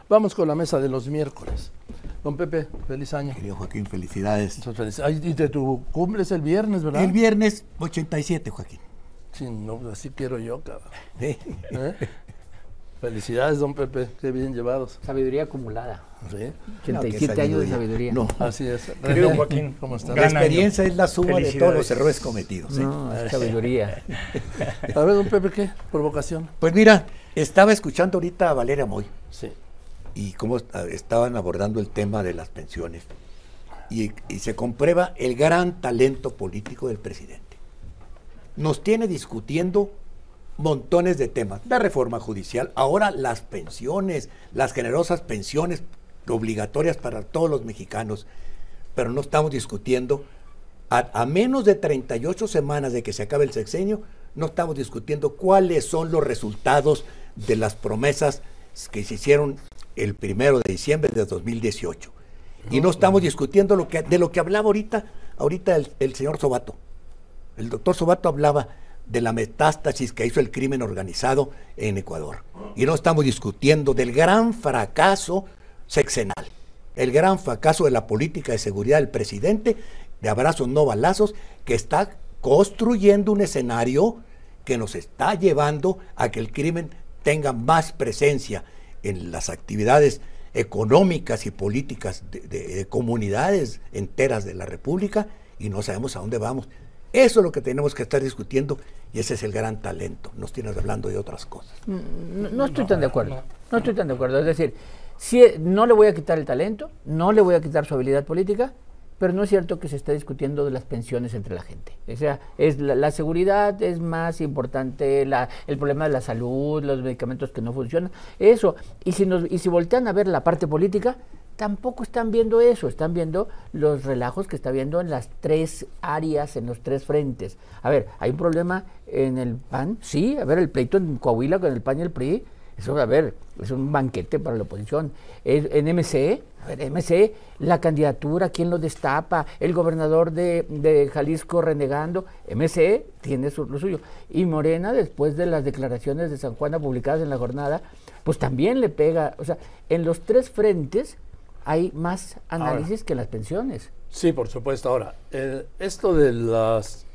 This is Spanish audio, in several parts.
Vamos con la mesa de los miércoles. Don Pepe, feliz año. Querido Joaquín, felicidades. Ay, y de tu cumple es el viernes, ¿verdad? El viernes 87, Joaquín. Sí, no, así quiero yo, cabrón. ¿Eh? Felicidades, don Pepe, qué bien llevados. Sabiduría acumulada. Sí. 87 años de sabiduría. No, Así es. Querido Joaquín, ¿cómo estás? la experiencia es la suma de todos Felicidades. los errores cometidos. No, es sabiduría. A ver, don Pepe, ¿qué? Provocación. Pues mira, estaba escuchando ahorita a Valeria Moy Sí. y cómo estaban abordando el tema de las pensiones. Y se comprueba el gran talento político del presidente. Nos tiene discutiendo montones de temas. La reforma judicial, ahora las pensiones, las generosas pensiones obligatorias para todos los mexicanos. Pero no estamos discutiendo, a menos de 38 semanas de que se acabe el sexenio, no estamos discutiendo cuáles son los resultados de las promesas que se hicieron el 1 de diciembre de 2018. Y no estamos discutiendo de lo que hablaba ahorita el señor Sobato. El doctor Sobato hablaba de la metástasis que hizo el crimen organizado en Ecuador. Y no estamos discutiendo del gran fracaso sexenal, el gran fracaso de la política de seguridad del presidente, de abrazos no balazos, que está construyendo un escenario que nos está llevando a que el crimen tenga más presencia en las actividades económicas y políticas de comunidades enteras de la República, y no sabemos a dónde vamos. Eso es lo que tenemos que estar discutiendo, y ese es el gran talento. Nos tienes hablando de otras cosas. No estoy tan de acuerdo. No estoy tan de acuerdo. Es decir, no le voy a quitar el talento, no le voy a quitar su habilidad política, pero no es cierto que se esté discutiendo de las pensiones entre la gente. O sea, la seguridad es más importante, el problema de la salud, los medicamentos que no funcionan, eso. Y si voltean a ver la parte política, tampoco están viendo eso, están viendo los relajos que está viendo en las tres áreas, en los tres frentes. A ver, hay un problema en el PAN, sí, a ver, el pleito en Coahuila con el PAN y el PRI, eso, a ver, es un banquete para la oposición. En MC, a ver, MC, la candidatura, ¿quién lo destapa? El gobernador de Jalisco renegando, MC tiene lo suyo. Y Morena, después de las declaraciones de San Juana publicadas en La Jornada, pues también le pega, o sea, en los tres frentes hay más análisis que en las pensiones. Sí, por supuesto. Ahora, esto de los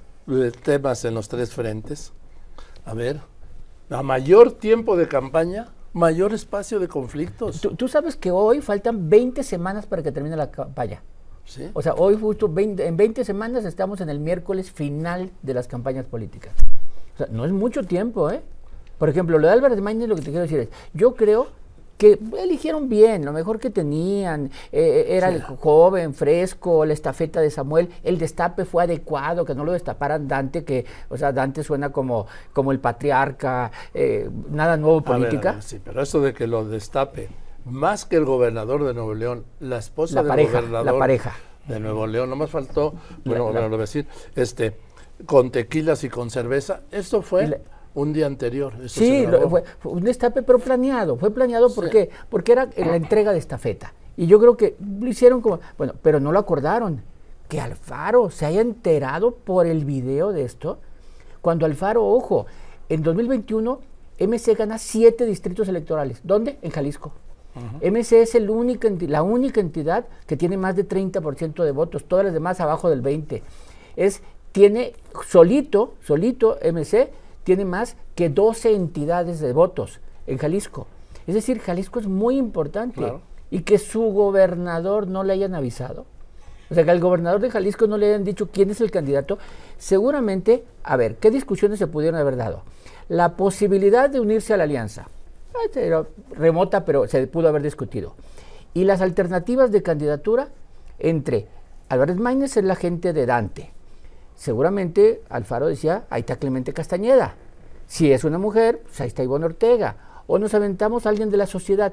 temas en los tres frentes, a ver, a mayor tiempo de campaña, mayor espacio de conflictos. Tú sabes que hoy faltan 20 semanas para que termine la campaña. ¿Sí? O sea, hoy justo en 20 semanas estamos en el miércoles final de las campañas políticas. O sea, no es mucho tiempo, ¿eh? Por ejemplo, lo de Álvarez Maínez, lo que te quiero decir es, yo creo que eligieron bien, lo mejor que tenían, era el joven, fresco, la estafeta de Samuel, el destape fue adecuado, que no lo destaparan Dante, o sea, Dante suena como el patriarca, nada nuevo política. A ver, sí, pero eso de que lo destape, más que el gobernador de Nuevo León, la esposa del gobernador la pareja de Nuevo León, nomás faltó, bueno, lo voy a decir, con tequilas y con cerveza, esto fue un día anterior. Sí, fue un destape, pero planeado. Fue planeado porque era la entrega de estafeta. Y yo creo que lo hicieron como... Bueno, pero no lo acordaron. Que Alfaro se haya enterado por el video de esto. Cuando Alfaro, ojo, en 2021, MC gana 7 distritos electorales. ¿Dónde? En Jalisco. MC es la única entidad que tiene más de 30% de votos. Todas las demás abajo del 20%. Tiene solito MC... tiene más que 12 entidades de votos en Jalisco. Es decir, Jalisco es muy importante. Claro. Y que su gobernador no le hayan avisado. O sea, que al gobernador de Jalisco no le hayan dicho quién es el candidato. Seguramente, a ver, ¿qué discusiones se pudieron haber dado? La posibilidad de unirse a la alianza. Era remota, pero se pudo haber discutido. Y las alternativas de candidatura entre Álvarez Maínez es la gente de Dante. Seguramente Alfaro decía, ahí está Clemente Castañeda. Si es una mujer, pues ahí está Ivonne Ortega. O nos aventamos a alguien de la sociedad.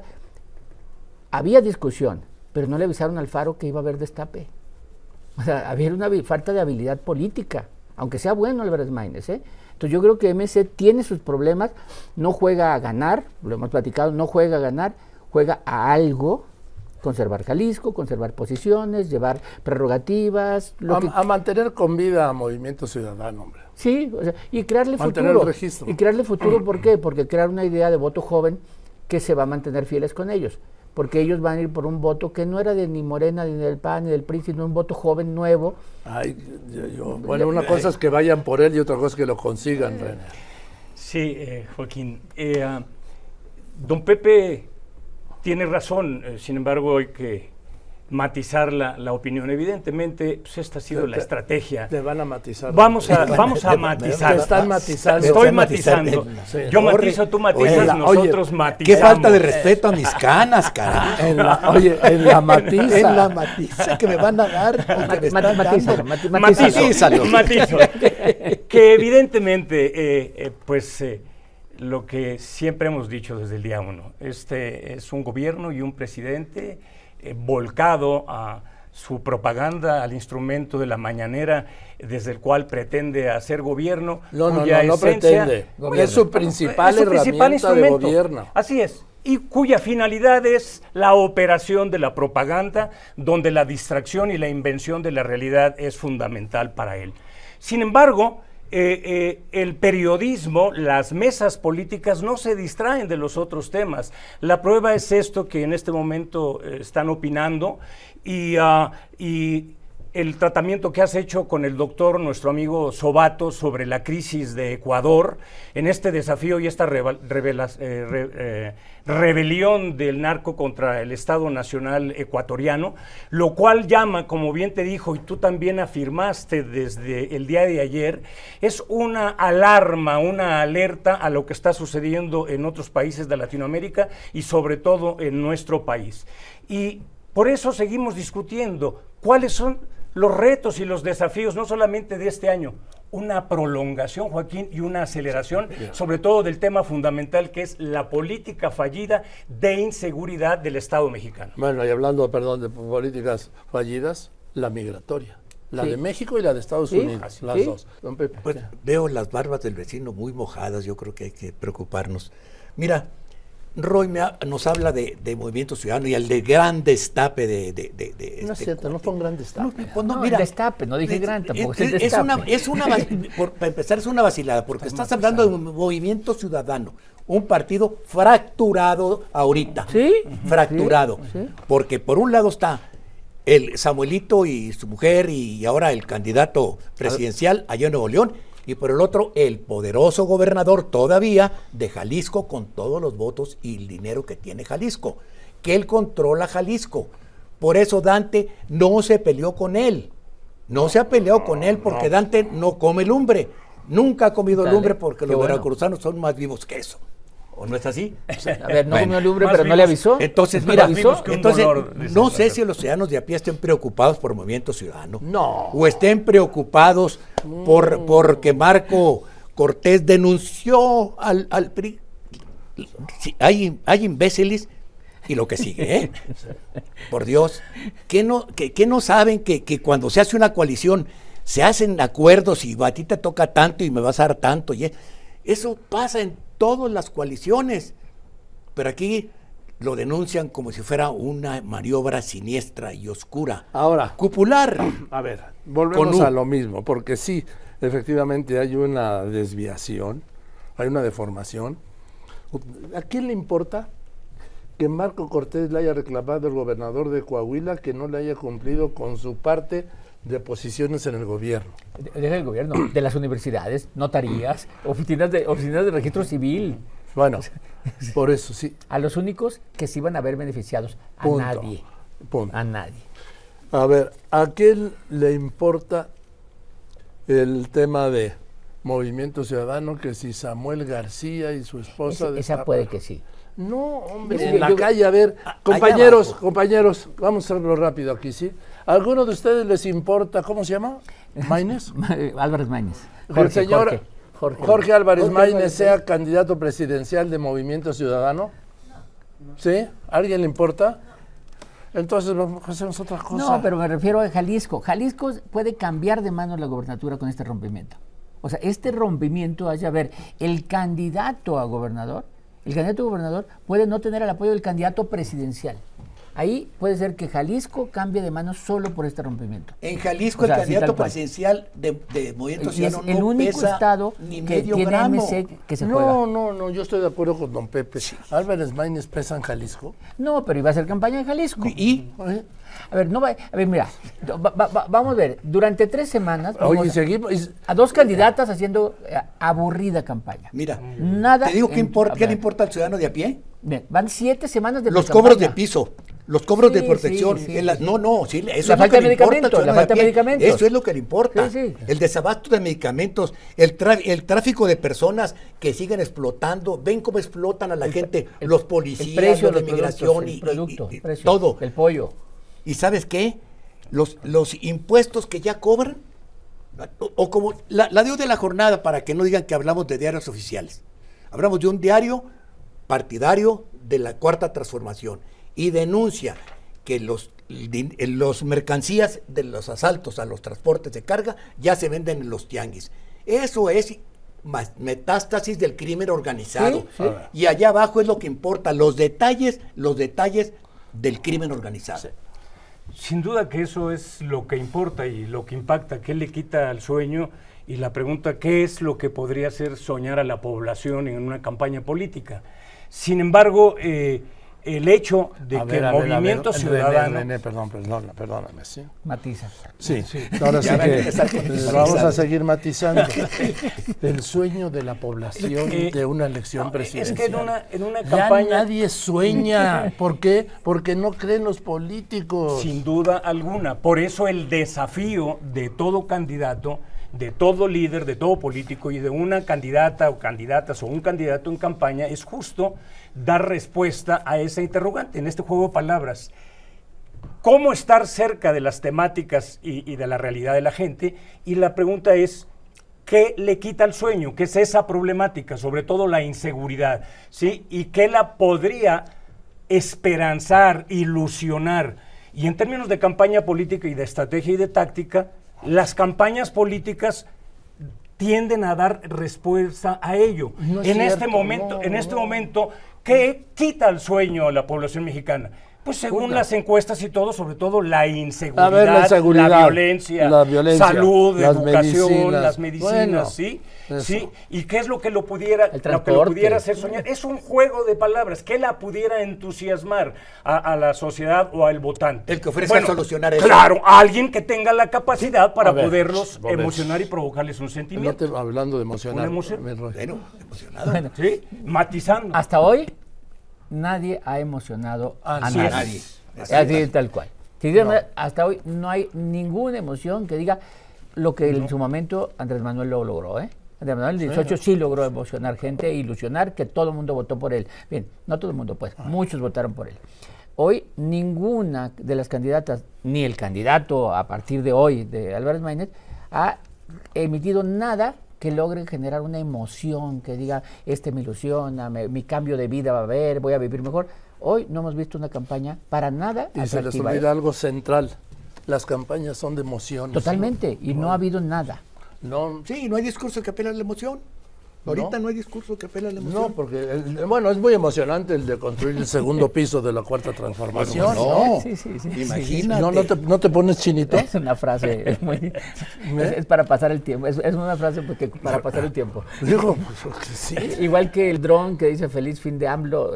Había discusión, pero no le avisaron a Alfaro que iba a haber destape. O sea, había una falta de habilidad política, aunque sea bueno Álvarez Maínez, ¿eh? Entonces yo creo que MC tiene sus problemas, no juega a ganar, lo hemos platicado, no juega a ganar, juega a algo. Conservar Jalisco, conservar posiciones, llevar prerrogativas. A mantener con vida a Movimiento Ciudadano, hombre. Sí, o sea, y crearle mantener futuro. El registro. Y crearle futuro, ¿por qué? Porque crear una idea de voto joven que se va a mantener fieles con ellos, porque ellos van a ir por un voto que no era de ni Morena, ni del PAN, ni del PRI, sino un voto joven, nuevo. Ay, bueno, una cosa es que vayan por él y otra cosa es que lo consigan, René. Sí, Joaquín. Don Pepe tiene razón, sin embargo hay que matizar la opinión. Evidentemente, pues esta ha sido la estrategia. Te van a matizar. Vamos a matizar. Te están matizando. Estoy matizando. Sí. Yo matizo, tú matizas, nosotros matizamos. Qué falta de respeto a mis canas, carajo. En la matiza. En la matiza que me van a dar. Matízalo. Que evidentemente, lo que siempre hemos dicho desde el día 1, este es un gobierno y un presidente volcado a su propaganda, al instrumento de la mañanera, desde el cual pretende hacer gobierno. No pretende. Es su principal herramienta de gobierno. Así es. Y cuya finalidad es la operación de la propaganda, donde la distracción y la invención de la realidad es fundamental para él. Sin embargo, el periodismo, las mesas políticas no se distraen de los otros temas. La prueba es esto que en este momento están opinando y el tratamiento que has hecho con el doctor, nuestro amigo Sobato, sobre la crisis de Ecuador, en este desafío y esta rebelión del narco contra el Estado Nacional ecuatoriano, lo cual llama, como bien te dijo y tú también afirmaste desde el día de ayer, es una alarma, una alerta a lo que está sucediendo en otros países de Latinoamérica y sobre todo en nuestro país. Y por eso seguimos discutiendo cuáles son los retos y los desafíos, no solamente de este año, una prolongación, Joaquín, y una aceleración, sobre todo del tema fundamental que es la política fallida de inseguridad del Estado mexicano. Bueno, y hablando, perdón, de políticas fallidas, la migratoria. La de México y la de Estados Unidos, las dos. Don Pepe. Pues veo las barbas del vecino muy mojadas, yo creo que hay que preocuparnos. Mira, Roy nos habla de Movimiento Ciudadano y el de gran destape de no es cierto, no fue un gran destape. Mira, destape, no dije gran, tampoco es destape. Para empezar, es una vacilada, porque estás hablando de un Movimiento Ciudadano, un partido fracturado ahorita. ¿Sí? Fracturado. Sí. Porque por un lado está el Samuelito y su mujer y ahora el candidato presidencial allá en Nuevo León, y por el otro el poderoso gobernador todavía de Jalisco con todos los votos y el dinero que tiene Jalisco, que él controla Jalisco. Por eso Dante no se peleó con él, no se ha peleado con él porque Dante no come lumbre, nunca ha comido lumbre porque los veracruzanos son más vivos que eso. ¿O no es así? A ver, no comió lumbre, pero no le avisó. Entonces, mira, no sé si los ciudadanos de a pie estén preocupados por Movimiento Ciudadano. No. O estén preocupados porque Marco Cortés denunció al PRI. Sí, hay imbéciles y lo que sigue, ¿eh? Por Dios. ¿Qué no saben que cuando se hace una coalición se hacen acuerdos y a ti te toca tanto y me vas a dar tanto? Y eso pasa en todas las coaliciones, pero aquí lo denuncian como si fuera una maniobra siniestra y oscura. Ahora, cupular. A ver, volvemos a lo mismo, porque sí, efectivamente hay una desviación, hay una deformación. ¿A quién le importa que Marco Cortés le haya reclamado al gobernador de Coahuila que no le haya cumplido con su parte de posiciones en el gobierno? Del gobierno, de las universidades, notarías, oficinas de registro civil. Bueno, por eso sí. A los únicos que se iban a ver beneficiados, a nadie. Punto. A nadie. A ver, ¿a quién le importa el tema de Movimiento Ciudadano que si Samuel García y su esposa... Esa puede que sí. No, hombre, en la calle, a ver, compañeros, vamos a hacerlo rápido aquí, ¿sí? ¿A alguno de ustedes les importa, cómo se llama? ¿Maínez? Álvarez Maínez. El señor Jorge Álvarez Maínez sea candidato presidencial de Movimiento Ciudadano. ¿Sí? ¿A alguien le importa? Entonces hacemos otra cosa. No, pero me refiero a Jalisco. Jalisco puede cambiar de manos la gobernatura con este rompimiento. O sea, este rompimiento hace, a ver, el candidato a gobernador puede no tener el apoyo del candidato presidencial. ahí puede ser que Jalisco cambie de manos solo por este rompimiento. En Jalisco O sea, el así candidato tal cual. presidencial de Movimiento Y es Ciudadano el no único pesa estado ni que medio tiene gramo. MC que se juega. No, yo estoy de acuerdo con don Pepe. Álvarez Maínez pesa en Jalisco. No, pero iba a hacer campaña en Jalisco. Y A ver, no va, a ver, mira, vamos a ver, durante 3 semanas Oye, vamos y seguimos. a 2 candidatas haciendo aburrida campaña. mira, Nada. te digo ¿qué a le ver, importa al ciudadano de a pie? bien, van 7 semanas de Los campaña. cobros de piso, los cobros de Sí, protección. sí, sí, eso La es lo falta que de le importa al medicamentos, ciudadano la de a falta de pie. medicamentos. Eso es lo que le importa. Sí, sí. El desabasto de medicamentos, el tráfico de personas que siguen explotando. Ven cómo explotan a la gente, los policías, el precio los de de los migración productos, el producto, y el precio, todo. el pollo. ¿Y sabes qué? Los impuestos que ya cobran, o como la deuda de la jornada, para que no digan que hablamos de diarios oficiales. Hablamos de un diario partidario de la Cuarta Transformación y denuncia que los mercancías de los asaltos a los transportes de carga ya se venden en los tianguis. Eso es metástasis del crimen organizado. Sí, sí. Y allá abajo es lo que importa, los detalles del crimen organizado. Sin duda que eso es lo que importa y lo que impacta, qué le quita al sueño, y la pregunta, ¿qué es lo que podría hacer soñar a la población en una campaña política? Sin embargo, el hecho de que el Movimiento Ciudadano... René, perdóname, ¿sí? Matiza. Sí, ahora sí Ya ven, que exacto. vamos a seguir matizando. El sueño de la población de una elección presidencial. Es que en una Ya campaña... nadie sueña. ¿Por qué? Porque no creen los políticos. Sin duda alguna. Por eso el desafío de todo candidato, de todo líder, de todo político y de una candidata o candidatas o un candidato en campaña es justo dar respuesta a esa interrogante en este juego de palabras. ¿Cómo estar cerca de las temáticas y de la realidad de la gente? Y la pregunta es, ¿qué le quita el sueño? ¿Qué es esa problemática? Sobre todo la inseguridad, ¿sí? ¿Y qué la podría esperanzar, ilusionar? Y en términos de campaña política y de estrategia y de táctica, las campañas políticas tienden a dar respuesta a ello. No es en cierto, este momento, ¿qué quita el sueño a la población mexicana? Pues según las encuestas y todo, sobre todo la inseguridad, la inseguridad, la violencia, salud, las educación, medicinas. las medicinas, Bueno, ¿sí? eso. ¿Sí? ¿Y qué es lo que lo pudiera hacer soñar? Es un juego de palabras. ¿Qué la pudiera entusiasmar a la sociedad o al votante? El que ofrezca solucionar eso. Claro, alguien que tenga la capacidad para A ver, poderlos a ver. emocionar y provocarles un sentimiento. Hablando de emocionar. Una emoción. Bueno, emocionado. Bueno, ¿Sí? Matizando. hasta hoy nadie ha emocionado a Así nadie. es. Así tal cual. Hasta hoy no hay ninguna emoción que diga lo que en su momento Andrés Manuel lo logró, ¿eh? Andrés Manuel el 18 sí logró emocionar gente e ilusionar que todo el mundo votó por él. Bien, no todo el mundo, pues, muchos votaron por él. Hoy ninguna de las candidatas, ni el candidato a partir de hoy de Álvarez Maínez, ha emitido nada que logre generar una emoción, que diga, me ilusiona, mi cambio de vida va a haber, voy a vivir mejor. Hoy no hemos visto una campaña para nada Y se les atractiva, olvida algo central. Las campañas son de emociones. Totalmente, y no ha habido nada. No, Sí, no hay discurso que apela a la emoción. Ahorita no hay discurso que apela a la emoción. no, porque es muy emocionante el de construir el segundo piso de la Cuarta Transformación. No, Sí, sí, sí. imagínate. ¿No te pones chinito? Es una frase muy... es para pasar el tiempo, es una frase porque para pasar el tiempo. Digo, pues sí. Igual que el dron que dice feliz fin de AMLO,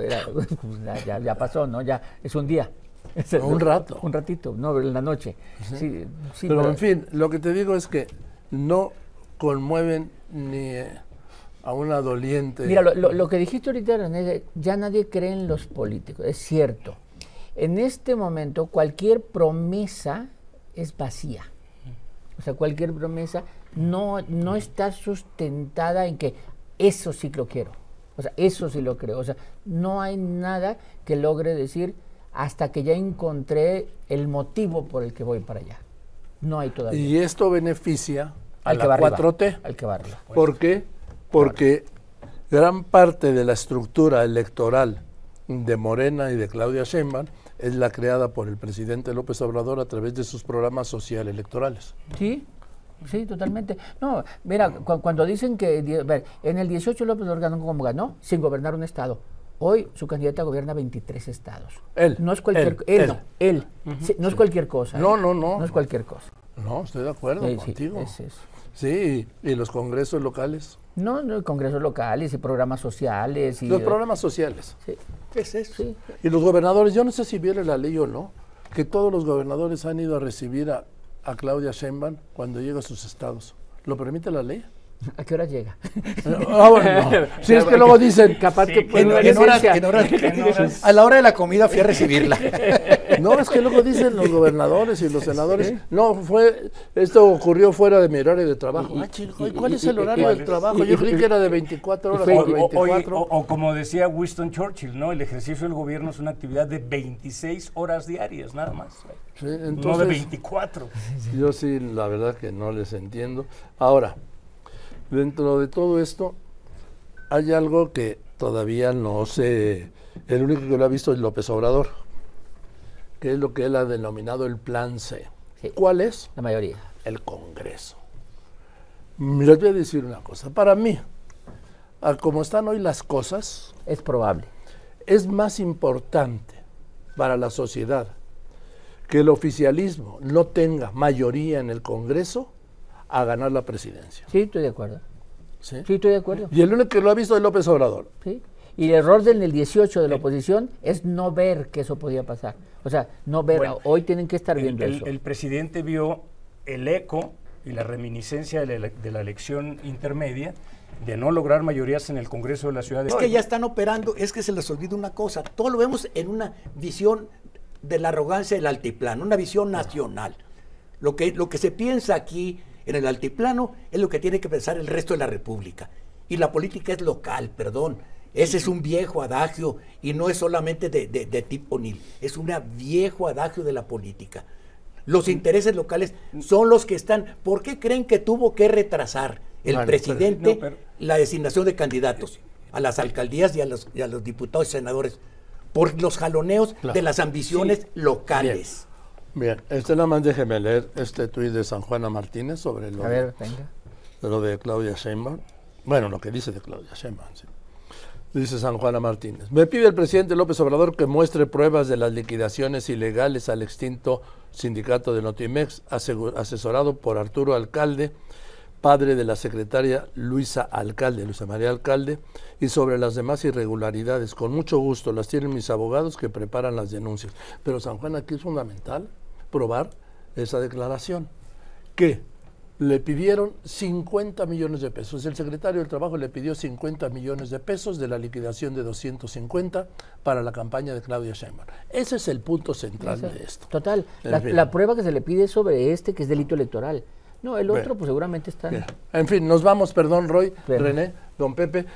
ya pasó, ¿no? Ya es un día. Un rato. Un ratito, no, en la noche. Sí, sí, Pero en fin, lo que te digo es que no conmueven ni a una doliente. Mira, lo que dijiste ahorita, René, ya nadie cree en los políticos, es cierto. En este momento cualquier promesa es vacía. O sea, cualquier promesa no está sustentada en que eso sí lo quiero. O sea, eso sí lo creo. O sea, no hay nada que logre decir hasta que ya encontré el motivo por el que voy para allá. No hay todavía. Y esto beneficia a Al que la va arriba, 4T. al que va arriba. ¿Por qué? Porque gran parte de la estructura electoral de Morena y de Claudia Sheinbaum es la creada por el presidente López Obrador a través de sus programas social electorales. Sí, sí, totalmente. No, mira, cuando dicen que en el 18 López Obrador ganó como ganó, sin gobernar un estado. Hoy su candidata gobierna 23 estados. Él. No es cualquier él. Sí, no es cualquier cosa. No, ¿eh? no, no. No es cualquier cosa. No, estoy de acuerdo Sí, contigo. sí, es eso. Sí, y los congresos locales. No, no, congresos locales y programas sociales. Y, Los programas sociales. Sí, ¿Qué es eso? sí. Y los gobernadores, yo no sé si viene la ley o no, que todos los gobernadores han ido a recibir a Claudia Sheinbaum cuando llega a sus estados. ¿Lo permite la ley? ¿A qué hora llega? Bueno, no. Si es que luego dicen, Capaz Sí, que que puede no- haber En horas- esencia. en horas- En horas- a la hora de la comida fui a recibirla. no, es que luego dicen los gobernadores y los senadores, no, esto ocurrió fuera de mi horario de trabajo. ¿Y cuál es el horario del trabajo? Yo creí que era de 24 horas por 24. O como decía Winston Churchill, ¿no? El ejercicio del gobierno es una actividad de 26 horas diarias, nada más. Sí, No de entonces, 24. yo sí, la verdad que no les entiendo. Ahora, dentro de todo esto, hay algo que todavía no sé, el único que lo ha visto es López Obrador, que es lo que él ha denominado el Plan C. Sí. ¿Cuál es? La mayoría. El Congreso. Les voy a decir una cosa, para mí, a como están hoy las cosas, Es probable. es más importante para la sociedad que el oficialismo no tenga mayoría en el Congreso a ganar la presidencia. Sí, estoy de acuerdo. ¿Sí? Sí, estoy de acuerdo. Y el único que lo ha visto es López Obrador. Sí. Y el error del 18 de la oposición es no ver que eso podía pasar. O sea, no ver. Bueno, Hoy tienen que estar viendo eso. El presidente vio el eco y la reminiscencia de la elección intermedia de no lograr mayorías en el Congreso de la Ciudad de Es que ya están operando, es que se les olvida una cosa, todo lo vemos en una visión de la arrogancia del altiplano, una visión nacional. Lo que se piensa aquí en el altiplano es lo que tiene que pensar el resto de la República. Y la política es local, perdón. Ese es un viejo adagio y no es solamente de tipo Nil, es un viejo adagio de la política. Los intereses locales son los que están. ¿Por qué creen que tuvo que retrasar el Bueno, presidente pero- la designación de candidatos a las alcaldías y a los diputados y senadores? Por los jaloneos Claro. de las ambiciones locales. Bien, nada más déjeme leer este tuit de San Juana Martínez sobre A ver, venga. lo de Claudia Sheinbaum. Bueno, lo que dice de Claudia Sheinbaum, sí. Dice San Juana Martínez. Me pide el presidente López Obrador que muestre pruebas de las liquidaciones ilegales al extinto sindicato de Notimex, asesorado por Arturo Alcalde, padre de la secretaria Luisa María Alcalde, y sobre las demás irregularidades. Con mucho gusto las tienen mis abogados que preparan las denuncias. Pero San Juan, aquí es fundamental probar esa declaración, que le pidieron 50 millones de pesos. El secretario del Trabajo le pidió 50 millones de pesos de la liquidación de 250 para la campaña de Claudia Sheinbaum. Ese es el punto central de esto. Total. En fin. La prueba que se le pide es sobre que es delito electoral. No, el otro Bueno. pues seguramente está... Bien. En fin, nos vamos, perdón, Roy, Bien. René, don Pepe.